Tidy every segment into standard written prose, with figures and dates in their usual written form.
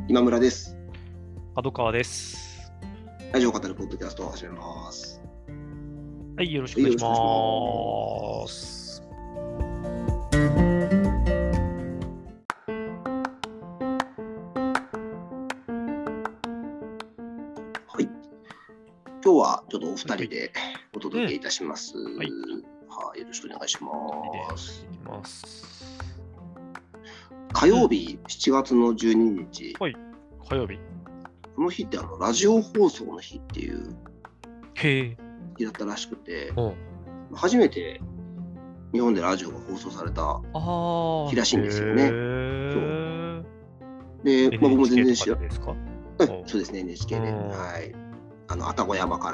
今村です。 角川です。 ラジオを語るポッドキャストを始めます。 はい、よろしくお願いします。 はい。今日はちょっとお二人でお届けいたします。 はい。 はい、よろしくお願いします。 いきます。 火曜日、7月の12日。 はい。火曜日。 この日ってラジオ放送の日っていう日だったらしくて、初めて日本でラジオが放送された日らしいんですよね。そうで、僕も全然知らない。そうですね、NHK で。はい。愛宕山から。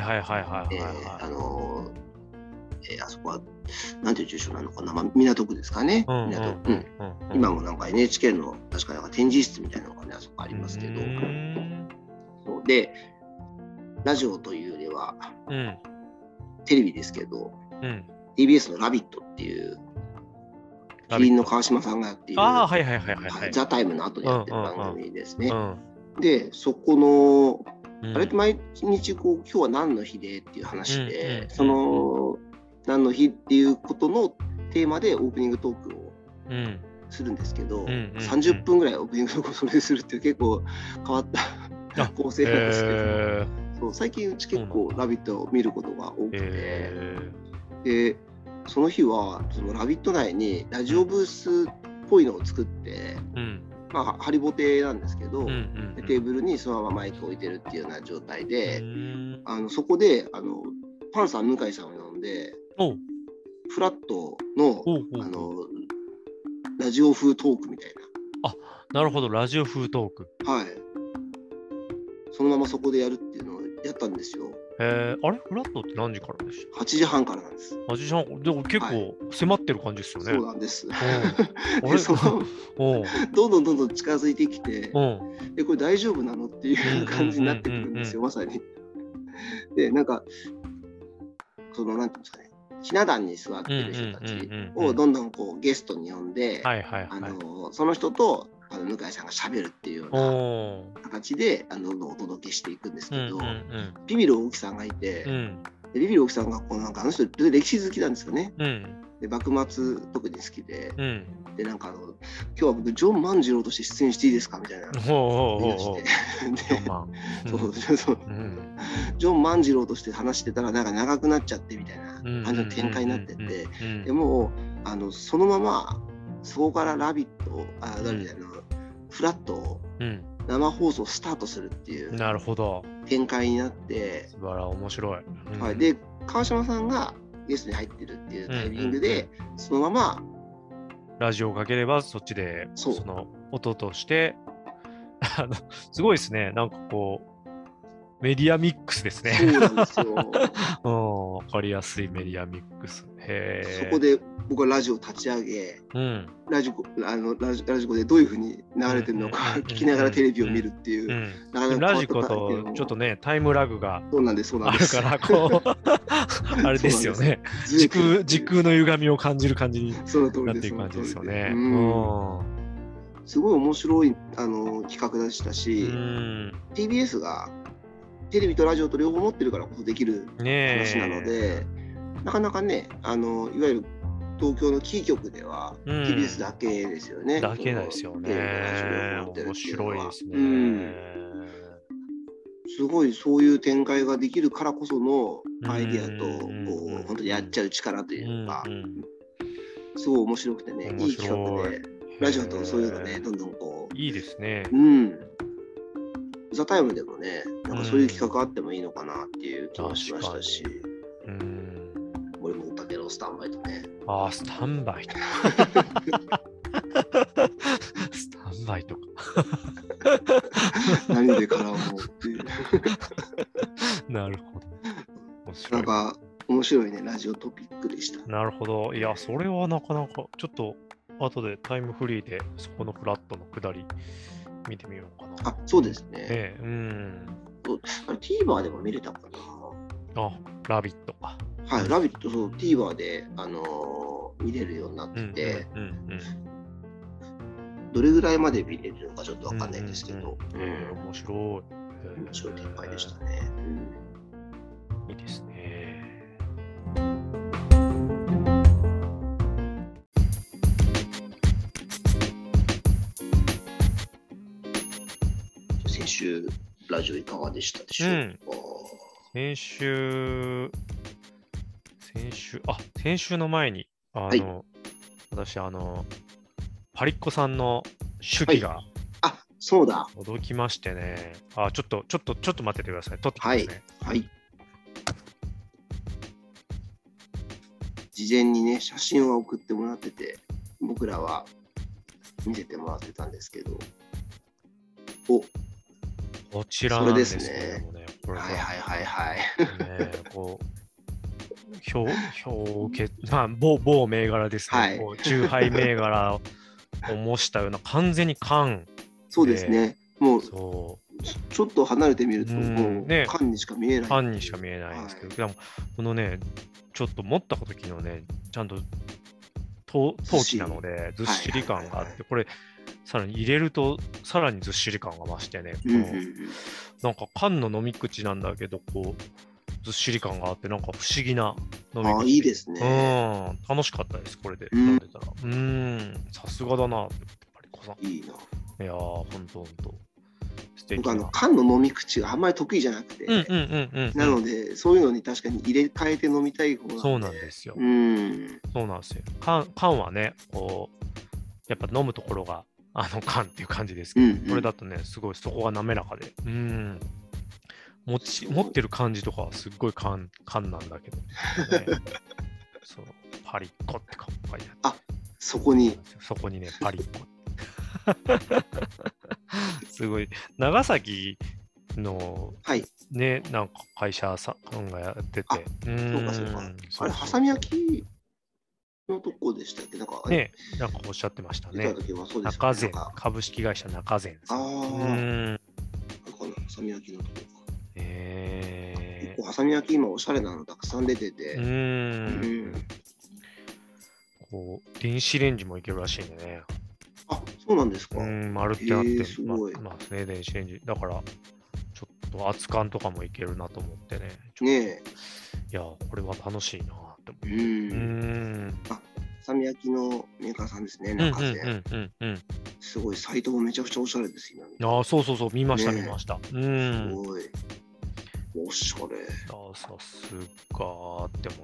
あそこはなんていう住所なのかな、港区ですかね。今もなんか NHK の確か展示室みたいなのがね、あそこありますけど。そうで、ラジオというよりは、テレビですけど、TBS のラビットっていう、キリンの川島さんがやっている、ザ・タイムの後にやってる番組ですね。で、そこの、あれって毎日こう、今日は何の日でっていう話で、その、何の日っていうことのテーマでオープニングトークをするんですけど、30分ぐらいオープニングトークをそれでするっていう結構変わった構成なんですけど、そう最近うち結構ラビットを見ることが多くて、でその日はそのラビット内にラジオブースっぽいのを作って、ハリボテなんですけど、でテーブルにそのままマイクを置いてるっていうような状態で、そこでパンサー向井さんを呼んで、フラットのラジオ風トークみたいな。なるほど、ラジオ風トーク。 はい。そのままそこでやるっていうのをやったんですよ。 あれフラットって何時からでした ?8 時半からなんです。 8時半でも結構迫ってる感じですよね。 そうなんです。でどんどん近づいてきて、これ大丈夫なのっていう感じになってくるんですよ、まさに。で、なんか、その、なんていうんですかね、ひな壇に座ってる人たちをどんどんこうゲストに呼んで、その人と向井さんがしゃべるっていうような形でどんどんお届けしていくんですけど、ビビる大木さんがいて、ビビる大木さんがこうなんか人歴史好きなんですよね。で幕末特に好きで、でなんか今日は僕ジョン万次郎として出演していいですかみたいな言い出してジョン万次郎として話してたらなんか長くなっちゃってみたいな感じの展開になってって、でもうそのままそこからラビットフラットを生放送スタートするっていう展開になって、 素晴らしい、面白い。 で川島さんがゲストに入ってるっていうタイミングで、そのままラジオをかければそっちでその音としてすごいですね。なんかこうメディアミックスですね。 そうなんですよ。 わかりやすいメディアミックス。 そこで僕はラジオを立ち上げ、ラジコでどういうふうに流れてるのか聞きながらテレビを見るっていう。 ラジコとちょっとね、タイムラグがあるからこうあれですよね。時空の歪みを感じる感じになっていく感じですよね。 すごい面白い企画でしたし、TBS がテレビとラジオと両方持ってるからこそできる話なので、なかなかね、いわゆる東京のキー局では TBS だけですよね。 だけですよね。面白いですね。 すごいそういう展開ができるからこそのアイディアとこう本当にやっちゃう力というか、すごい面白くてね、いい企画で、ラジオとそういうのね、どんどんこう。 いいですね。 ザ・タイムでもね、なんかそういう企画あってもいいのかなっていう気もしましたし、俺も歌けろスタンバイとね。 スタンバイとか。スタンバイとか。 何で絡もうっていう。 なるほど。 なんか面白いね、ラジオトピックでした。 なるほど。いや、それはなかなか、ちょっと後でタイムフリーでそこのフラットの下り見てみようかな。 そうですね。TVer でも見れたかな。 ラビットか。 はい、ラビット、TVer で、見れるようになってて、 どれぐらいまで見れるのかちょっとわかんないんですけど、 面白い。 面白い展開でしたね。 いいですね。 先週ラジオいかがでしたでしょうか。 先週の前に私パリッコさんの手記が、 そうだ。 届きましてね。ちょっと待っててください。撮ってきますね。 はい。事前にね、写真を送ってもらってて、僕らは見せてもらってたんですけど。 こちらなんですけどもね。これはい。 ね、こう某銘柄ですね。酎ハイ銘柄を模したような完全に缶。 そうですね。もうちょっと離れてみると、もう缶にしか見えない。 缶にしか見えないんですけど、でもこのね、ちょっと持った時のね、ちゃんと陶器なので、ずっしり感があって、これ、さらに入れると、さらにずっしり感が増してね、なんか缶の飲み口なんだけど、こう、ずっしり感があって、なんか不思議な飲み口。 いいですね。 楽しかったです、これで飲んでたら。さすがだなって、パリッコさん。 いいな。 いやー、ほんと。 僕缶の飲み口があんまり得意じゃなくて、なのでそういうのに確かに入れ替えて飲みたい方なんで。 そうなんですよ。そうなんですよ。缶はね、こうやっぱ飲むところが缶っていう感じですけど、これだとね、すごいそこが滑らかで、持ってる感じとかはすっごい缶なんだけど、そうパリッコって書いてあって、 そこにねパリッコ。すごい長崎のね、なんか会社さんがやってて、 そうか。あれ、ハサミ焼きのとこでしたっけ？なんかおっしゃってましたね。 中善、株式会社中善さん。 ハサミ焼きのとこか。結構ハサミ焼き今おしゃれなのたくさん出てて。 こう電子レンジもいけるらしいんでね。 そうなんですか。 丸ってなってますね、電子レンジ。だから、ちょっと熱燗とかもいけるなと思ってね。いや、これは楽しいなって思って。 ハサミ焼きのメーカーさんですね、中善。すごい、サイトもめちゃくちゃおしゃれですよ。 そう、見ました。 すごい。おしゃれ。 さすがって思って。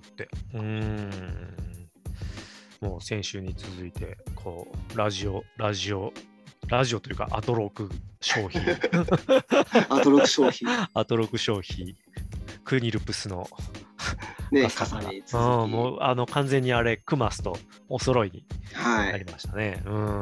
もう先週に続いて、こう、ラジオというか、アトロク消費。 アトロク消費。クニルプスの傘に続き。 もう、完全にあれ、クマスとお揃いになりましたね。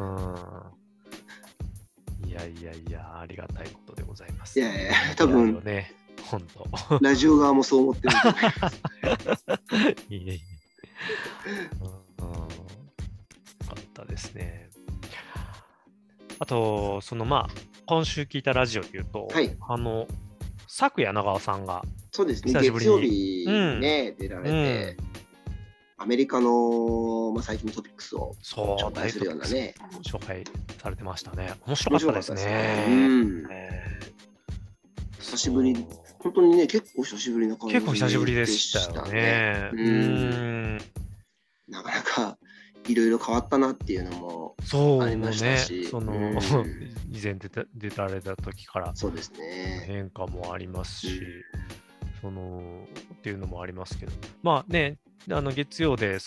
いや、ありがたいことでございます。 多分、 本当。 ラジオ側もそう思ってると思います。 いえ。よかったですね。あと、今週聞いたラジオでいうと、佐久柳川さんが、 そうですね、月曜日ね、出られて、アメリカの最近のトピックスを紹介するようなね。 紹介されてましたね。面白かったですね。 久しぶり、本当にね、結構久しぶりな感じでしたね。 結構久しぶりでしたよね。 なかなかいろいろ変わったなっていうのもありましたし、 以前出られた時からそうですね、 変化もありますし、っていうのもありますけど、月曜で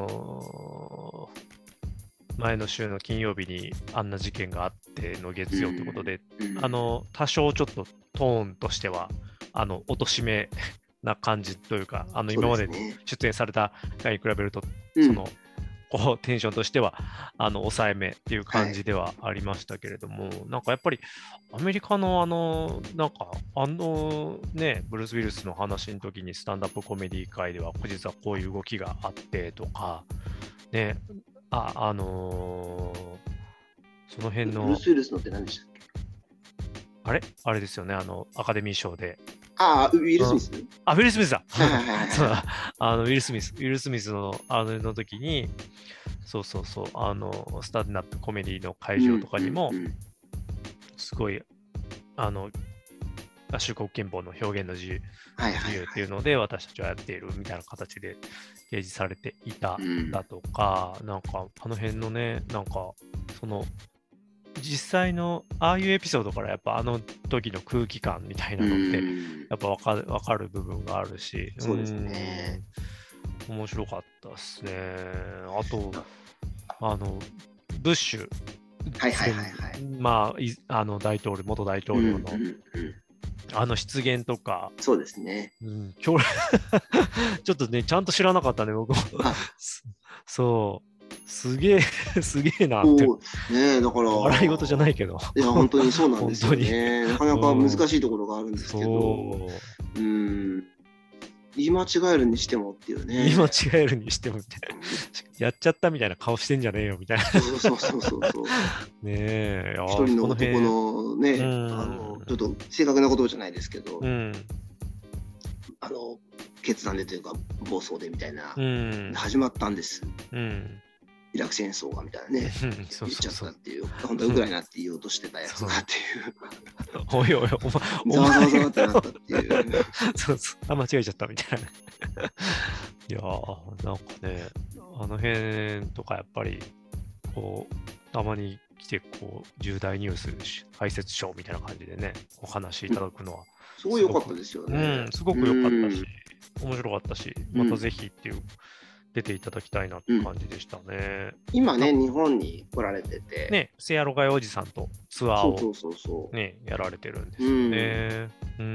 前の週の金曜日にあんな事件があっての月曜ということで、多少ちょっとトーンとしては落としめな感じというか、今まで出演された回に比べると、テンションとしては抑えめっていう感じではありましたけれども、なんかやっぱりアメリカのね、ブルース・ウィルスの話の時にスタンダップコメディ界では実はこういう動きがあってとかね、その辺のブルース・ウィルスのって何でしたっけ？ あれですよね、アカデミー賞で。 ウィル・スミス？ ウィル・スミスだ。ウィル・スミスのの時に、 そう、スタンダップコメディの会場とかにも、すごい、州国憲法の表現の自由っていうので、私たちはやっているみたいな形で掲示されていただとか、なんか、あの辺のね、なんか、実際のああいうエピソードからやっぱあの時の空気感みたいなのってやっぱ分かる部分があるし、 そうですね。 面白かったですね。あと、ブッシュ、まあ、元大統領の、出現とか、 そうですね。 ちょっとね、ちゃんと知らなかったね、僕も。そう。すげえなって。 ね、だから。 笑い事じゃないけど。 いや、本当にそうなんですよね。なかなか難しいところがあるんですけど。言い間違えるにしてもっていうね。 言い間違えるにしてもみたいな。やっちゃったみたいな顔してんじゃねえよみたいな。 そう。 ねえ。 一人の男のね、ちょっと正確なことじゃないですけど、決断でというか暴走でみたいな、始まったんです。イラク戦争がみたいなね、言っちゃったっていう、本当ウクライナって言おうとしてたやつがっていう。 おい、 ざわってなったっていう。 間違えちゃったみたいな。いやー、なんかね、あの辺とかやっぱり、こう、たまに来て、こう、重大ニュース解説書みたいな感じでね、お話しいただくのは。 すごい良かったですよね。 すごく良かったし、面白かったし、またぜひっていう。出ていただきたいなって感じでしたね。 今ね、日本に来られてて。 ね、セアロガイおじさんとツアーをね、やられてるんですよね。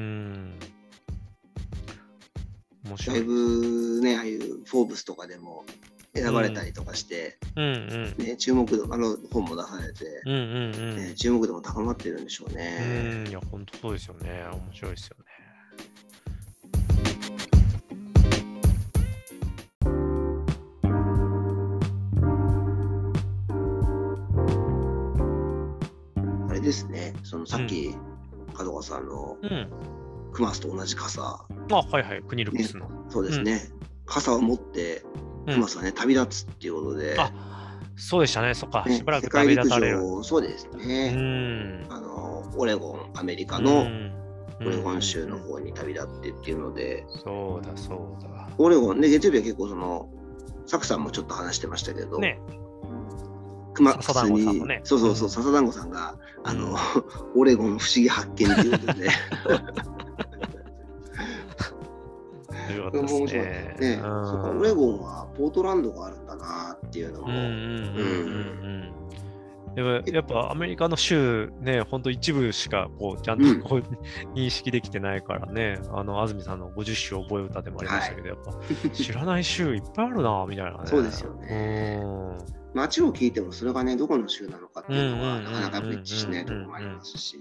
面白い。 だいぶね、ああいうフォーブスとかでも選ばれたりとかして、ね、注目度、本も出されて、注目度も高まってるんでしょうね。 いや、本当そうですよね。面白いですよね。 ですね、さっき門川さんのクマスと同じ傘、 クニルクスの、 そうですね、傘を持ってクマスはね、旅立つっていうことで、 そうでしたね、そっか、しばらく旅立たれる。 そうですね、オレゴン、アメリカのオレゴン州の方に旅立ってっていうので、 そうだ。 オレゴンね、月曜日は結構サクさんもちょっと話してましたけど、クマスに、そう笹団子さんがオレゴン不思議発見ということで面白いね。オレゴンはポートランドがあるんだなっていうのも。 やっぱアメリカの州ね、本当一部しかこうちゃんとこう認識できてないからね、安住さんの50州覚え歌でもありましたけど、やっぱ知らない州いっぱいあるなみたいなね。 そうですよね。街を聞いてもそれがね、どこの州なのかっていうのはなかなか一致しないところもありますし、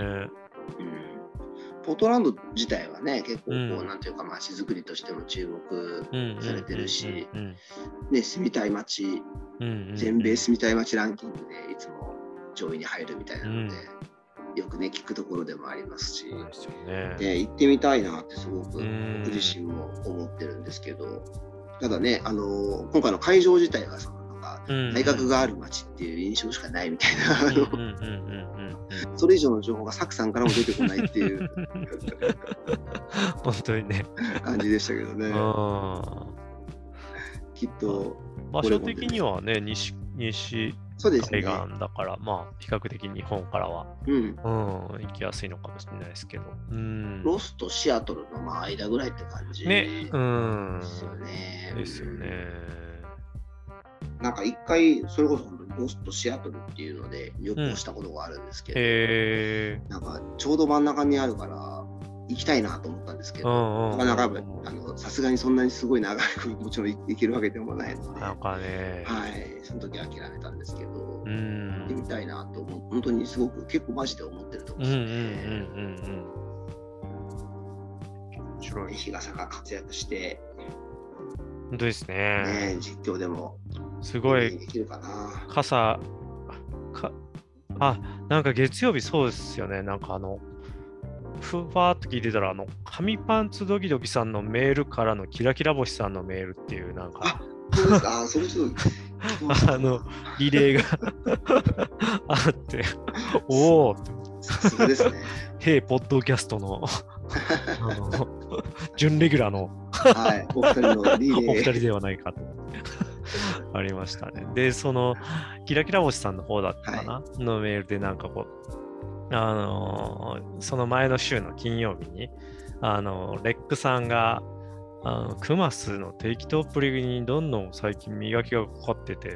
ポートランド自体はね、結構こう、なんていうか街づくりとしても注目されてるし、住みたい街、全米住みたい街ランキングでいつも上位に入るみたいなので、よくね、聞くところでもありますし、で行ってみたいなってすごく僕自身も思ってるんですけど、ただね、今回の会場自体が大学がある街っていう印象しかないみたいな、それ以上の情報がサクさんからも出てこないっていう本当にね感じでしたけどね。きっと場所的にはね、西海岸だから、まあ比較的日本からは行きやすいのかもしれないですけど、 ロスとシアトルの間ぐらいって感じですよね。 ですよね。 なんか一回それこそ本当にロスとシアトルっていうので旅行したことがあるんですけど、なんかちょうど真ん中にあるから行きたいなと思ったんですけど、なかなかさすがにそんなにすごい長くもちろん行けるわけでもないので、 なんかね、 その時諦めたんですけど、行ってみたいなと思う、本当にすごく結構マジで思ってるところですね。面白い。日傘が活躍して。 本当ですね。 実況でもすごいできるかな。 傘なんか月曜日そうですよね。なんかふわーっと聞いてたら紙パンツドキドキさんのメールからのキラキラ星さんのメールっていうなんかそうですか。それちょっとリレーがあって、おお、 さすがですね。 ヘイポッドキャストの準レギュラーのはい、お二人のリレー。 お二人ではないかとありましたね。で、そのキラキラ星さんの方だったかな、のメールでなんかこう、その前の週の金曜日に、レックさんが、クマスの適当っぷりにどんどん最近磨きがかかってて、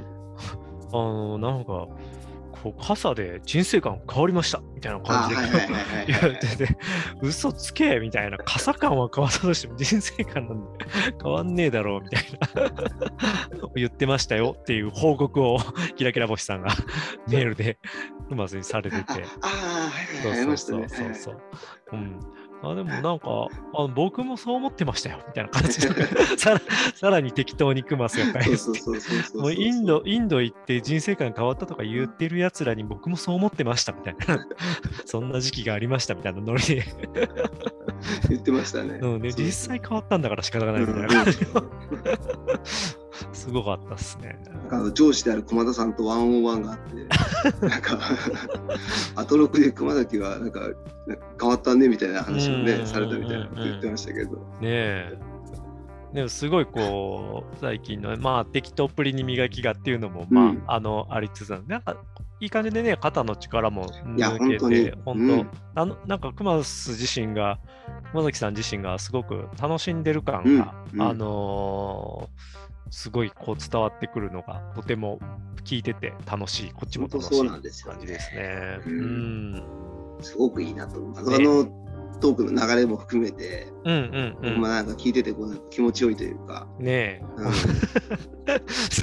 なんか、こう傘で人生観変わりましたみたいな感じで言われてて、嘘つけみたいな、傘感は変わったとしても人生観なんで変わんねえだろうみたいな言ってましたよっていう報告をキラキラ星さんがメールでうまずにされてて、そうそう。でもなんか僕もそう思ってましたよみたいな感じでさらに適当にクマスが返して、もうインド行って人生観変わったとか言ってるやつらに僕もそう思ってましたみたいなそんな時期がありましたみたいなノリで言ってましたね。 で実際変わったんだから仕方がないみたいな感じすごかったっすね。 上司である駒田さんとワンオンワンがあってなんかアトロクで熊崎はなんか変わったねみたいな話をねされたみたいなこと言ってましたけど、 でもすごいこう最近の適当っぷりに磨きがっていうのもありつつなんかいい感じでね、肩の力も抜けて、本当なんか熊崎さん自身がすごく楽しんでる感が、すごいこう伝わってくるのがとても聞いてて楽しい、こっちも楽しい感じですね。 すごくいいなと思う。トークの流れも含めて、なんか聞いててこうなんか気持ちよいというか。ねえ。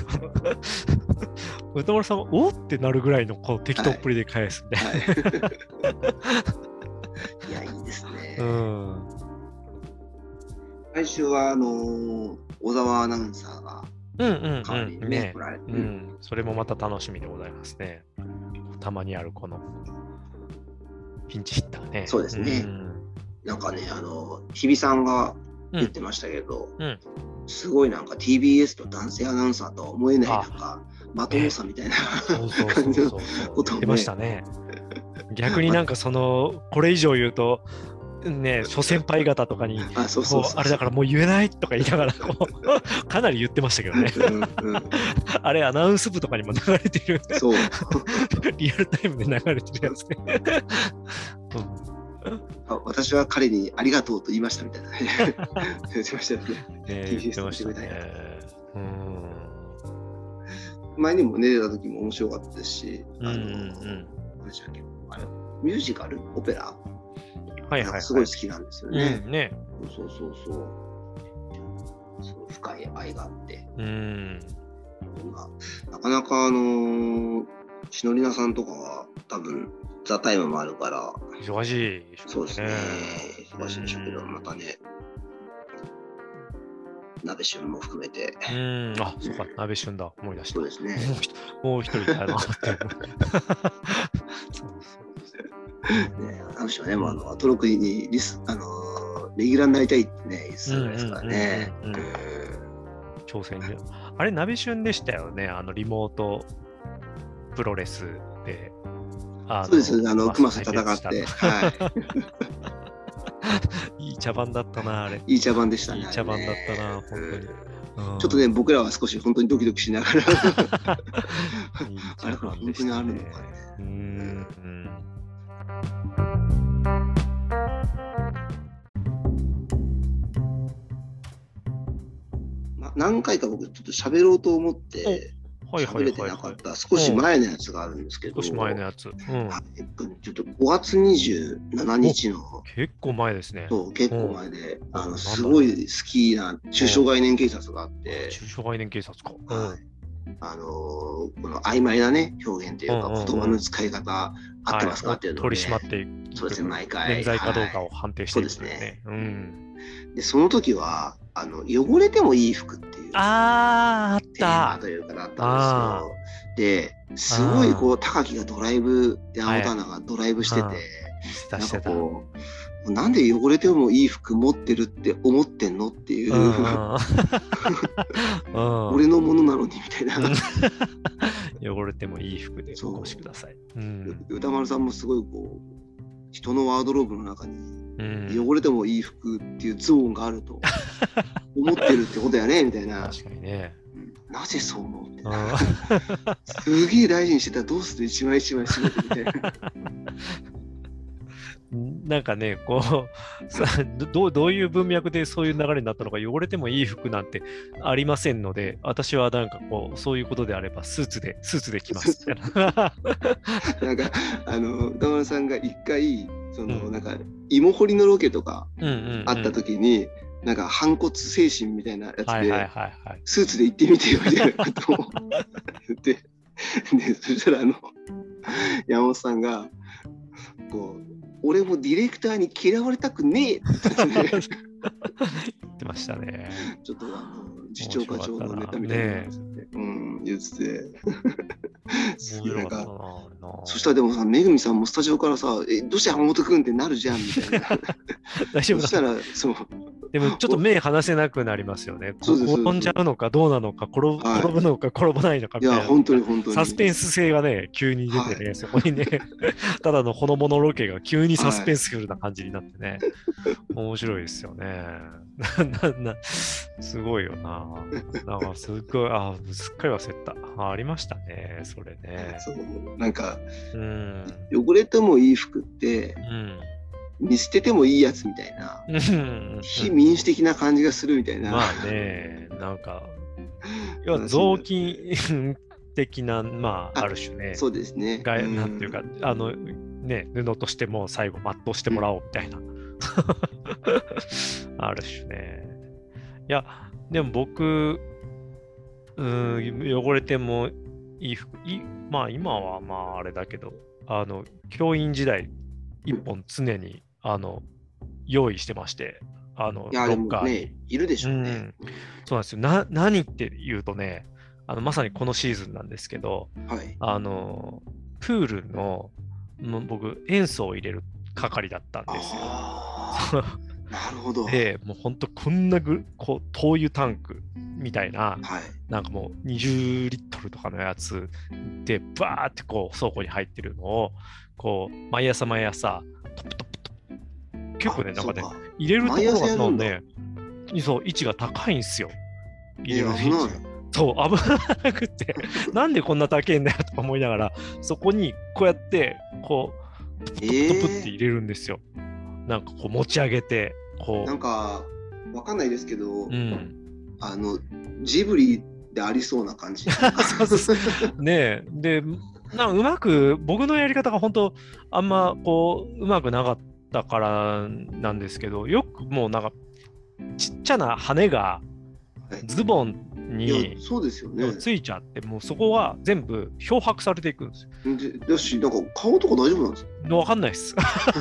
歌丸さんはおってなるぐらいのこう適当っぷりで返すんで。いや、いいですね。来週は小沢アナウンサーが代わりにね来られて、 それもまた楽しみでございますね。たまにあるこのピンチヒッターね。 そうですね。なんかね、日比さんが言ってましたけど、すごいなんか TBS の男性アナウンサーとは思えないなんかまともさみたいな感じのことを言ってましたね。逆になんかこれ以上言うとね、諸先輩方とかにあれだからもう言えないとか言いながらかなり言ってましたけどねあれアナウンス部とかにも流れてるリアルタイムで流れてるやつね私は彼にありがとうと言いましたみたいな言ってましたよね。 言ってましたね。 前にもね出た時も面白かったですし、ミュージカルオペラすごい好きなんですよね。そう深い愛があって、なかなかしのりなさんとかは多分ザタイムもあるから忙しい。 そうですね。忙しいでしょうけどまたね。鍋旬も含めて。 そうか、鍋旬だ、思い出した。 そうですね。 もう一人いたなって。 あの人はね、アトロクにレギュラーになりたいってね、言ってたぐらいですからね。 挑戦で。あれ、鍋旬でしたよね、リモートプロレスで。 そうです、クマス戦って。 いい茶番だったな、あれ。 いい茶番でしたね。 いい茶番だったな、本当に。 ちょっとね、僕らは少し本当にドキドキしながら。 あれ、 本当にあるのかね。何回か僕ちょっと喋ろうと思って喋れてなかった少し前のやつがあるんですけど、 少し前のやつ、ちょっと5月27日の結構前ですね。 そう結構前で、すごい好きな中小概念警察があって、 中小概念警察か、 この曖昧なね表現というか言葉の使い方合ってますかっていうのを、 取り締まってそうですね、毎回冤罪かどうかを判定してるんですね。でその時は汚れてもいい服っていうあったというかだったんですよ。ですごいこう高木がドライブで青田がドライブしてて、なんかこうなんで汚れてもいい服持ってるって思ってんのっていう、俺のものなのにみたいな汚れてもいい服でお越しください。 歌丸さんもすごいこう人のワードローブの中に汚れてもいい服っていうゾーンがあると思ってるってことやねみたいな。 確かにね。 なぜそう思うみたいな。すげえ大事にしてたらどうする一枚一枚締めてみたいな。 なんかね、こうどういう文脈でそういう流れになったのか、汚れてもいい服なんてありませんので、私はなんかこうそういうことであればスーツで来ます。なんか歌丸さんが一回なんか芋掘りのロケとかあった時に、なんか反骨精神みたいなやつでスーツで行ってみてよみたいなことを言って、でそしたら山本さんがこう。俺もディレクターに嫌われたくねえって言ってましたね。 ちょっと次長課長のネタみたいなやつで、言っててなんかそしたらでもさ、めぐみさんもスタジオからさ、どうして山本君ってなるじゃんみたいな。 大丈夫だ。 そしたらでもちょっと目離せなくなりますよね。転んじゃうのかどうなのか、転ぶのか転ばないのかみたいな。 いや本当にサスペンス性がね急に出てね、そこにねただのほのぼのロケが急にサスペンスフルな感じになってね、面白いですよね。すごいよな。なんかすっごいすっかり忘れた。ありましたね、それね。 なんか、汚れてもいい服って、見捨ててもいいやつみたいな、非民主的な感じがするみたいな。 まあね、なんか、要は雑巾的な、ある種ね、 そうですね。 なんていうか、ね、布としても最後全うしてもらおうみたいな。ある種ね。いや、でも僕、汚れてもいい服、今はあれだけど、教員時代、一本常に用意してまして、ロッカーに。 ね、いるでしょうね。 そうなんですよ。何って言うとね、まさにこのシーズンなんですけど、プールの、僕、塩素を入れる係だったんですよ。 なるほど。 で、もう本当こんな灯油タンクみたいな、なんかもう20リットルとかのやつで、バーってこう倉庫に入ってるのを、こう、毎朝、トップトップトップ。結構ね、なんかね、入れるところのね、そう、位置が高いんですよ。入れる位置。そう、危なくて、なんでこんな高いんだよと思いながら、そこにこうやって、こう、トップって入れるんですよ。なんかこう持ち上げて、こう。 なんか、わかんないですけど、ジブリでありそうな感じ。 ねえ、で、うまく、僕のやり方が本当、あんまこう、うまくなかったからなんですけど、よくもうなんか、ちっちゃな羽がズボンについちゃって、もうそこは全部漂白されていくんですよ。 だし、なんか顔とか大丈夫なんですか？ わかんないです。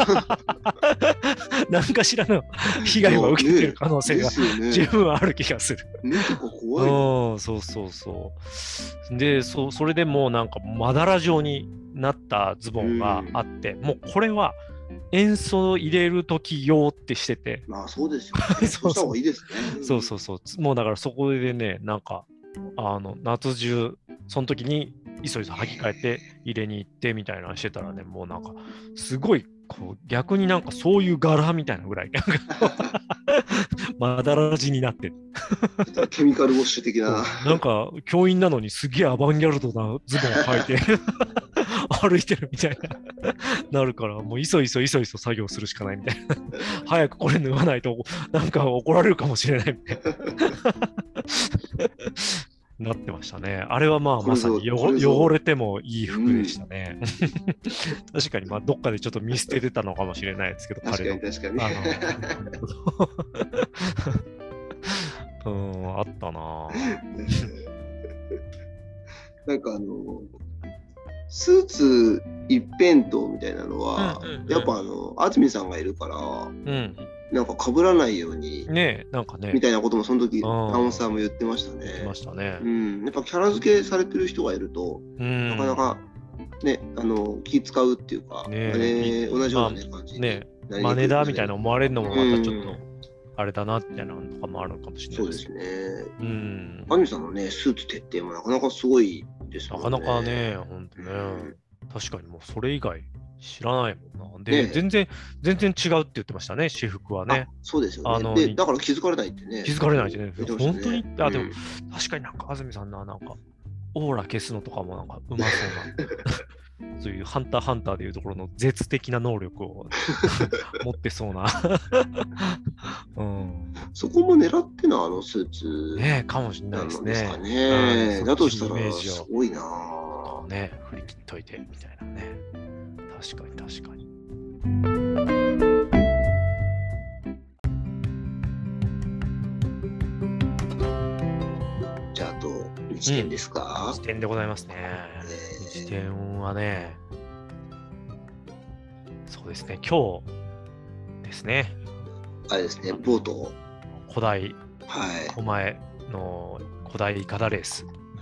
何かしらの被害を受けてる可能性が十分ある気がする。 目とか怖い。 そうで、それでもうなんかまだら状になったズボンがあって、もうこれは塩素入れるとき用ってしてて。 まあそうですよね。そうした方がいいですね。 そう。もうだからそこでね、なんか、夏中、その時に急いで履き替えて入れに行ってみたいなのしてたらね、もうなんか、すごい、こう、逆になんかそういう柄みたいなぐらい、まだらじになってる。 ケミカルウォッシュ的な。 なんか、教員なのにすげえアバンギャルドなズボンを履いて歩いてるみたいなるから、もういそ作業するしかないみたいな。早くこれ脱がないとなんか怒られるかもしれないみたいな。なってましたね。あれはまさに汚れてもいい服でしたね。確かにどっかでちょっと見捨ててたのかもしれないですけど、 確かに。 あったな。 なんかスーツ一辺倒みたいなのは、やっぱ安住さんがいるから、なんか被らないように、 なんかね、 みたいなこともその時、山本さんも言ってましたね。 言ってましたね。 やっぱキャラ付けされてる人がいると、なかなかね、気使うっていうか、ね、同じような、ね、感じで、 ね、真似だみたいな思われるのもまたちょっとあれだなみたいなのとかもあるのかもしれないです。 そうですね。アニさんのね、スーツ徹底もなかなかすごいですよね。 なかなかね、本当ね、確かにもうそれ以外知らないもんな。で、全然違うって言ってましたね、私服はね。 そうですよね。で、だから気づかれないってね。 気づかれないってね。本当に、でも確かになんか安住さんなんか、オーラ消すのとかもなんかうまそうな。そういうハンターハンターでいうところの絶的な能力を持ってそうな、 そこも狙ってのスーツねかもしれないですね。だとしたらすごいなね、振り切っといてみたいなね。確かに。 じゃあ、あと日展ですか？ 日展でございますね。日展はね、そうですね、今日ですね。 あれですね、ボート。 古代、狛江の古代イカダレース。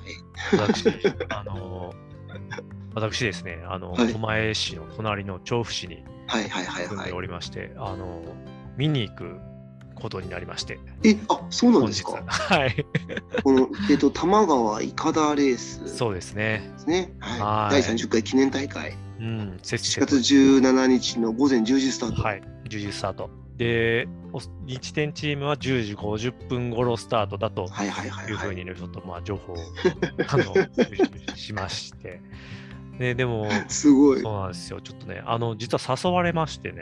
私ですね、狛江市の隣の調布市に住んでおりまして、見に行くことになりまして。 そうなんですか。 はい。 この、多摩川イカダレース。 そうですね。 第30回記念大会。 4 月17日の午前10時スタート。 はい、10時スタート。で、日展チームは10時50分頃スタートだというふうにね、ちょっと情報をしまして。でも、 すごい。 そうなんですよ。ちょっとね、実は誘われましてね、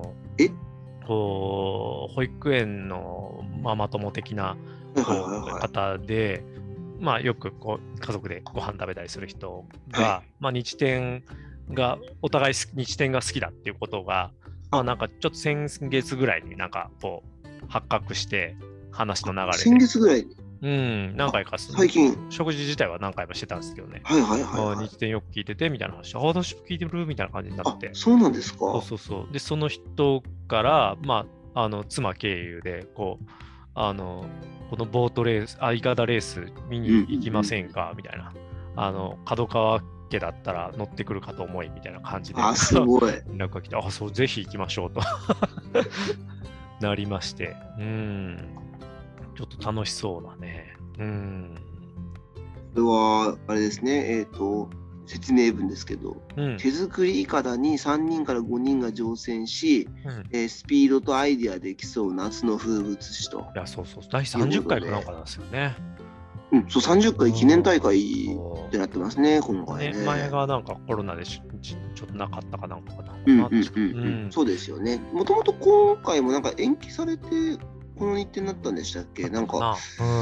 保育園のママ友的な方で、よく家族でご飯食べたりする人が、日展が、お互い日展が好きだっていうことが、なんかちょっと先月ぐらいになんか発覚して話の流れで。 先月ぐらいに何回か最近食事自体は何回もしてたんですけどね。日展よく聞いててみたいな話、私も聞いてるみたいな感じになって。 そうなんですか。 そう。で、その人から、妻経由で、このボートレース、イカダレース見に行きませんかみたいな。角川家だったら乗ってくるかと思いみたいな感じで。 すごい。 連絡が来て、そう、ぜひ行きましょうとなりまして。ちょっと楽しそうなね。 これは、あれですね、説明文ですけど、手作りイカダに3人から5人が乗船し、スピードとアイデアで競う夏の風物詩と。 いや、そう。第30回かなんかなんですよね。 そう、30回記念大会ってなってますね、今回ね。 前がなんかコロナでちょっとなかったかなんかな。 そうですよね。もともと今回もなんか延期されて、この日程になったんでしたっけ？なんか、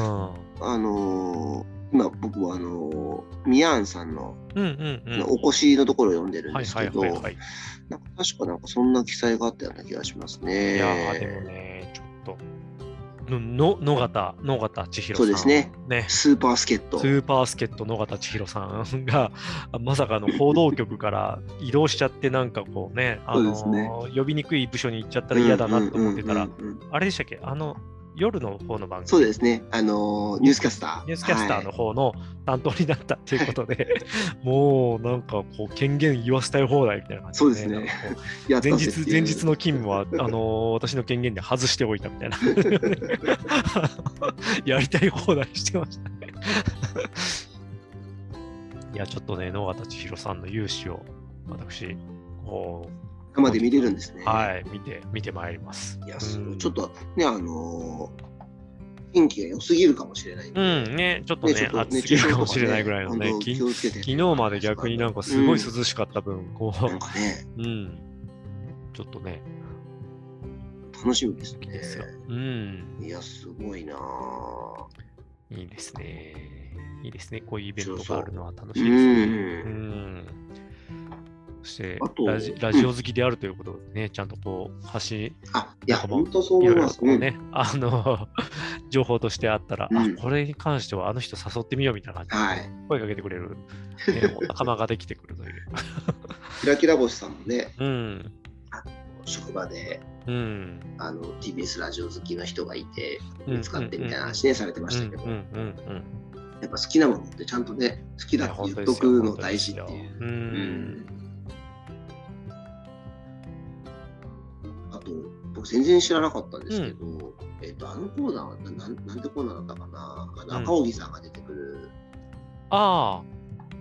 今僕はミヤンさんのお越しのところを読んでるんですけど、確かなんかそんな記載があったような気がしますね。 いやでもね、ちょっと。野方千尋さん。 そうですね。スーパー助っ人野方千尋さんがまさかの報道局から移動しちゃってなんかこうね、呼びにくい部署に行っちゃったら嫌だなと思ってたら、あれでしたっけ、夜の方の番組。 そうですね。ニュースキャスターの方の担当になったっていうことで、もうなんか権限言わせたい放題みたいな感じで、 そうですね。 前日の勤務は私の権限で外しておいたみたいなやりたい放題してましたねいやちょっとね、野方千尋さんの勇姿を私生で見れるんですね。 見てまいります。 いや、ちょっとね、天気が良すぎるかもしれない。 ちょっとね、暑すぎるかもしれないぐらいのね、昨日まで逆になんかすごい涼しかった分、 なんかね、 ちょっとね、 楽しみですね。いや、すごいな。 いいですね。こういうイベントがあるのは楽しいですね。そしてラジオ好きであるということでね、ちゃんと本当そう思いますね。 情報としてあったら、これに関してはあの人誘ってみようみたいな感じで声かけてくれる、仲間ができてくるという。 キラキラ星さんもね、職場で、TBS ラジオ好きの人がいて、見つかってみたいな話ね、されてましたけど。 やっぱ好きなものってちゃんとね、好きだって言っとくの大事っていう。あと、僕全然知らなかったんですけど、あのコーナーはなんてコーナーだったかな、赤荻さんが出てくる。 ああ。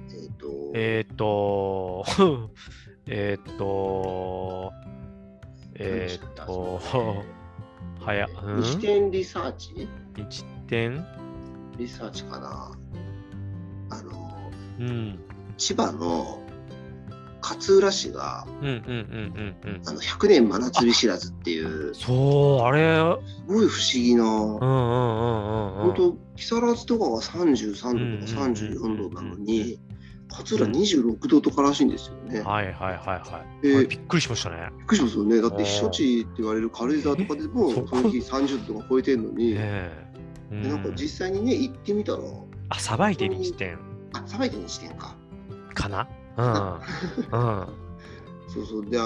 日展リサーチ？ 日展リサーチかな。千葉の勝浦市が100年真夏日知らずっていう、 そうあれすごい不思議な、本当木更津とかが33度とか34度なのに、勝浦26度とからしいんですよね。 はいはいはいはい。びっくりしましたね。 びっくりしますよね。だって避暑地って言われる軽井沢とかでもその日30度とか超えてるのに、なんか実際にね行ってみたら、 さばいて日展。 さばいて日展か。 かな。 そうそうで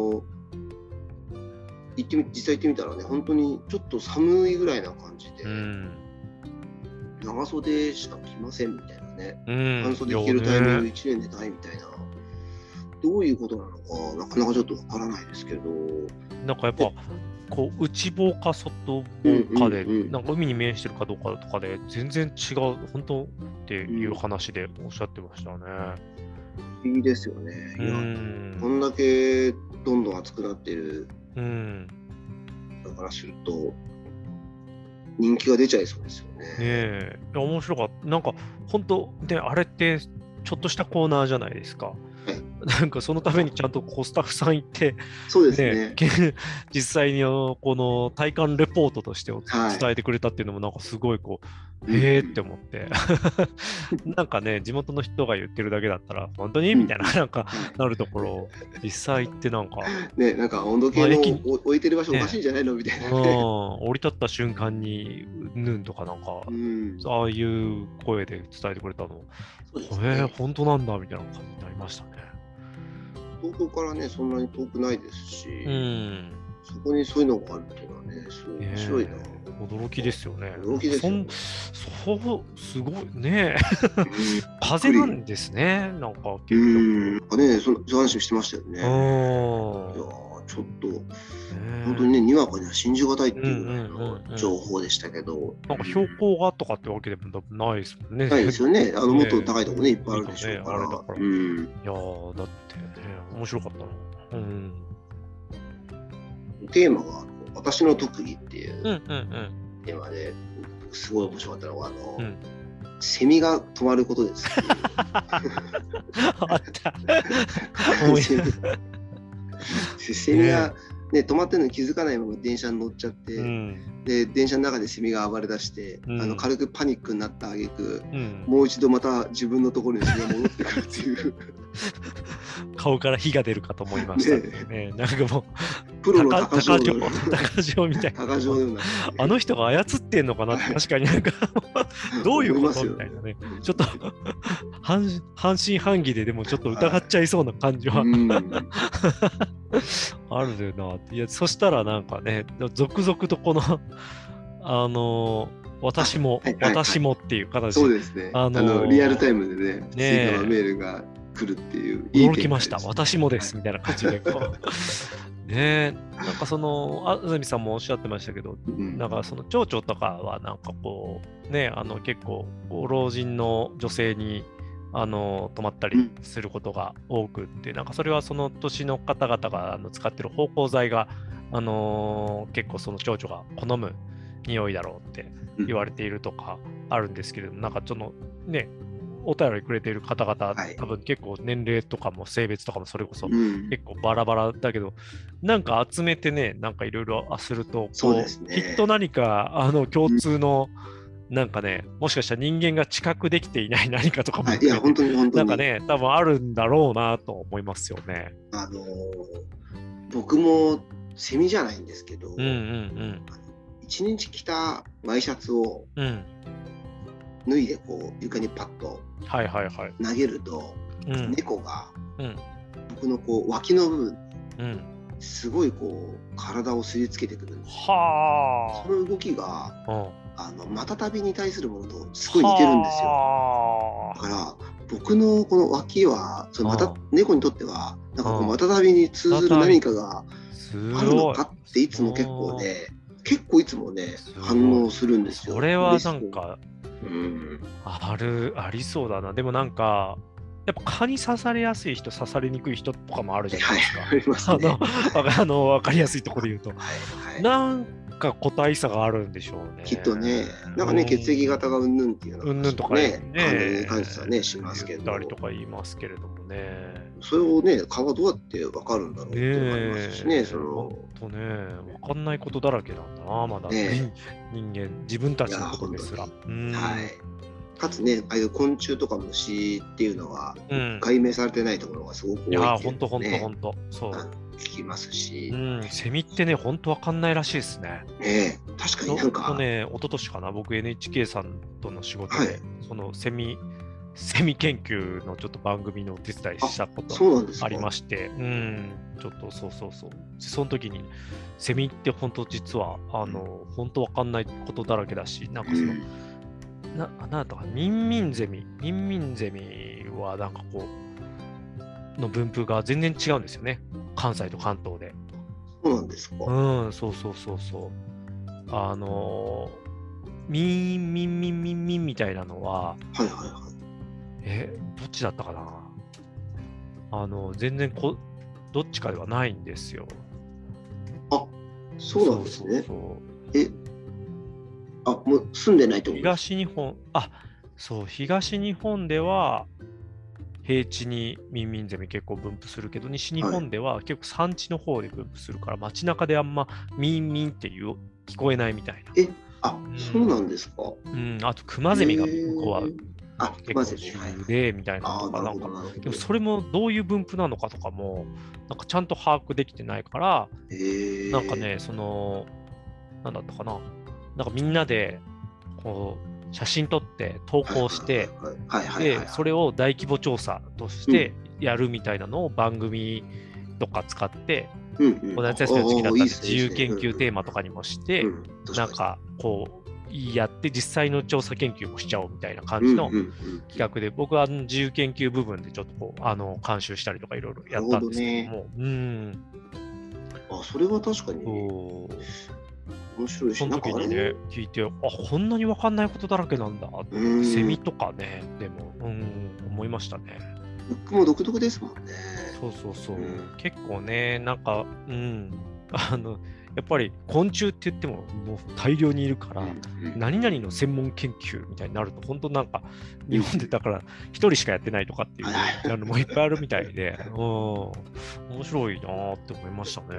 実際行ってみたらね、本当にちょっと寒いぐらいな感じで、長袖しか着ませんみたいなね、半袖着るタイミング1年でないみたいな、どういうことなのかなかなかちょっとわからないですけど、 なんかやっぱこう内房か外房かで、なんか海に面してるかどうかとかで全然違う本当っていう話でおっしゃってましたね。 いいですよね。いや、こんだけどんどん暑くなってる、だからすると人気が出ちゃいそうですよね。 面白かった。なんか本当であれってちょっとしたコーナーじゃないですか。なんかそのためにちゃんとスタッフさん行って、 そうですね。 実際にこの体感レポートとして伝えてくれたっていうのもなんかすごいへえって思ってなんかね地元の人が言ってるだけだったら本当にみたいななんかなるところ、実際行ってなんかね、なんか温度計の置いてる場所おかしいんじゃないのみたいな、 降り立った瞬間にぬんとかなんか、ああいう声で伝えてくれたの、本当なんだみたいな感じになりましたね。 東京からねそんなに遠くないですし、そこにそういうのがあるっていうのはね、すごい面白いな。 驚きですよね。 驚きですよね。 すごいね。風なんですね。なんか結局。 ね、そういう話をしてましたよね。いやちょっと本当にね、にわかには信じがたいっていうぐらいの情報でしたけど、 なんか標高がとかってわけでもないですもんね。 ないですよね。もっと高いところねいっぱいあるでしょうから。いやだってね面白かったな。 テーマが私の特技っていうテーマで、すごい面白かったのはセミが止まることです。 あった。 セミがね、止まってるのに気づかないまま電車に乗っちゃって、で電車の中でセミが暴れ出して、軽くパニックになった挙句、もう一度また自分のところにセミが戻ってくるっていう顔から火が出るかと思いましたね。なんかもうプロの高城みたいな。 高城のようなあの人が操ってんのかなって確かになんかどういうことみたいなね。ちょっと半信半疑でもちょっと疑っちゃいそうな感じはあるな。いやそしたらなんかね続々とこの私もっていう形で、 そうですね。リアルタイムでね、追加のメールが来るっていう。 驚きました。私もですみたいな感じでね、なんか安住さんもおっしゃってましたけど、なんか町長とかはなんかね結構老人の女性に泊まったりすることが多くって、なんかそれはその年の方々が使ってる芳香剤が結構その町長が好む匂いだろうって言われているとかあるんですけれども、なんかねお便りくれている方々、多分結構年齢とかも性別とかもそれこそ結構バラバラだけど、なんか集めてね、なんかいろいろするときっと何か共通のなんかね、もしかしたら人間が知覚できていない何かとかも、 いや本当になんかね、多分あるんだろうなと思いますよね。 僕もセミじゃないんですけど、一日着たワイシャツを脱いで床にパッと投げると、猫が僕の脇の部分すごい体をすりつけてくるんです。その動きがマタタビに対するものとすごい似てるんですよ。だから僕のこの脇は猫にとってはなんかこうマタタビに通ずる何かがあるのかっていつも結構いつもね反応するんですよ。 それはなんか、ありそうだな。でもなんかやっぱ蚊に刺されやすい人、刺されにくい人とかもあるじゃないですか。 ありますね。 分かりやすいところで言うと。なんか個体差があるんでしょうね。 きっとね、なんかね、血液型がうんぬんっていうのはうんぬんとかね、 感じはね、しますけど。 言ったりとか言いますけれどもね。 それをね、蚊はどうやって分かるんだろうっていうのがありますしね。 本当ね、分かんないことだらけなんだな、まだ、人間、自分たちのことですら。はい。 かつね、ああいう昆虫とか虫っていうのは、解明されてないところがすごく多いっていうのは、 本当。そう。 聞きますし、 セミってね、本当わかんないらしいですね。 確かになんか。 一昨年かな、僕 NHK さんとの仕事で、そのセミ研究のちょっと番組のお手伝いしたことありまして、ちょっとそう。その時に、セミって本当実は、本当わかんないことだらけだし、なんかその、なんとか、ミンミンゼミはなんかこう、の分布が全然違うんですよね。関西と関東で。 そうなんですか。 そう。ミンみたいなのは、どっちだったかな。全然どっちかではないんですよ。 あ、そうなんですね。もう住んでないと思う。東日本では、平地にミンミンゼミ結構分布するけど、西日本では結構山地の方で分布するから、街中であんまミンミンって聞こえないみたいな。 そうなんですか。 あとクマゼミが向こうは結構主でみたいなのとか、なんかでもそれもどういう分布なのかとかもなんかちゃんと把握できてないから、なんかね、なんだったかな、なんかみんなでこう写真撮って投稿して、でそれを大規模調査としてやるみたいなのを番組とか使って、夏休みの時期だったんで自由研究テーマとかにもして、なんかこうやって実際の調査研究もしちゃおうみたいな感じの企画で、僕は自由研究部分でちょっとこう監修したりとかいろいろやったんですけども、それは確かに面白いし、 その時にね、聞いて、こんなに分かんないことだらけなんだって、セミとかね、でも、思いましたね。 僕も独特ですもんね。 そう。結構ね、なんか、やっぱり昆虫って言ってももう大量にいるから、何々の専門研究みたいになると、本当なんか、日本でだから一人しかやってないとかっていうのもいっぱいあるみたいで、面白いなって思いましたね。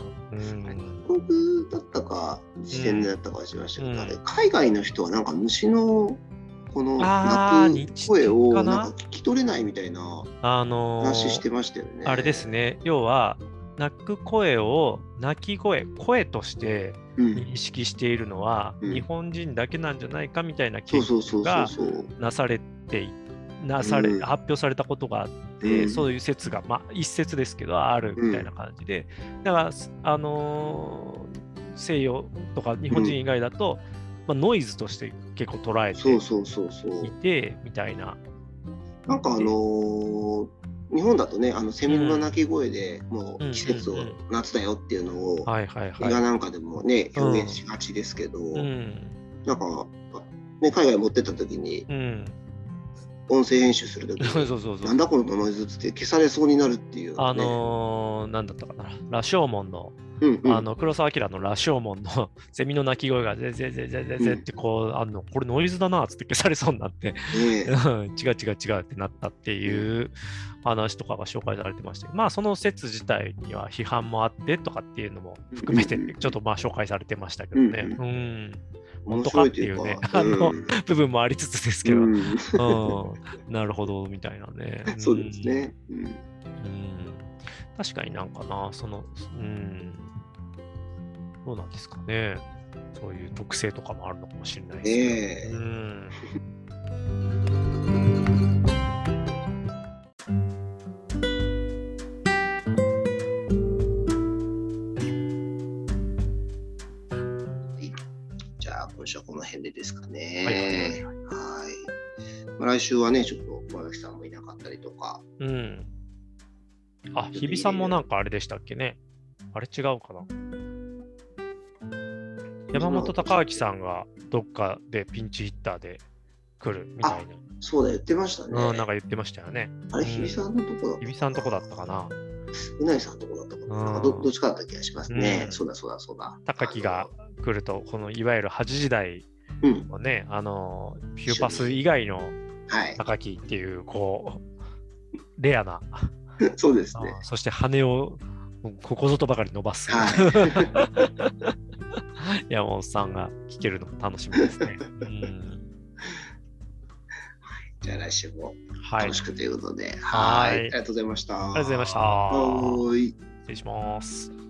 僕だったか、自然だったかしましたけど、海外の人はなんか虫のこの鳴く声をなんか聞き取れないみたいな話してましたよね。 あれですね、要は、鳴く声を声として認識しているのは、日本人だけなんじゃないかみたいな研究が発表されたことがあって、そういう説が、一説ですけどあるみたいな感じで、だから西洋とか日本人以外だと、ノイズとして結構捉えていてみたいな。 なんか日本だとね、セミの鳴き声でもう季節を夏だよっていうのを映画なんかでもね表現しがちですけど、なんかね海外持ってった時に音声編集する時になんだこのノイズって消されそうになるっていう、 なんだったかな、羅生門の黒澤明の羅生門のセミの鳴き声がゼゼゼゼゼゼってこれノイズだなっつって消されそうになって違うってなったっていう話とかが紹介されてまして、その説自体には批判もあってとかっていうのも含めてちょっと紹介されてましたけどね。本当かっていうね、部分もありつつですけど、なるほどみたいなね。 そうですね。 確かになんかな、どうなんですかね。そういう特性とかもあるのかもしれないですけど。 じゃあこ今週はこの辺でですかね。はい。来週はね、ちょっと小崎さんもいなかったりとか。 うん。あ、日比さんもなんかあれでしたっけね。あれ違うかな。山本隆明さんがどっかでピンチヒッターで来るみたいな。 そうだ、言ってましたね。 なんか言ってましたよね。 あれ、日比さんのとこだったかな。 日比さんのとこだったかな。 うなぎさんのとこだったかな。なんかどっちかだった気がしますね。そうだ。 高木が来ると、このいわゆる8時台のね、フューパス以外の高木っていう、こう、レアな。 そうですね。 そして羽をここぞとばかり伸ばす。山本さんが聞けるのも楽しみですね。 じゃあ来週も楽しくということで、 ありがとうございました。 ありがとうございました。 はい。 失礼します。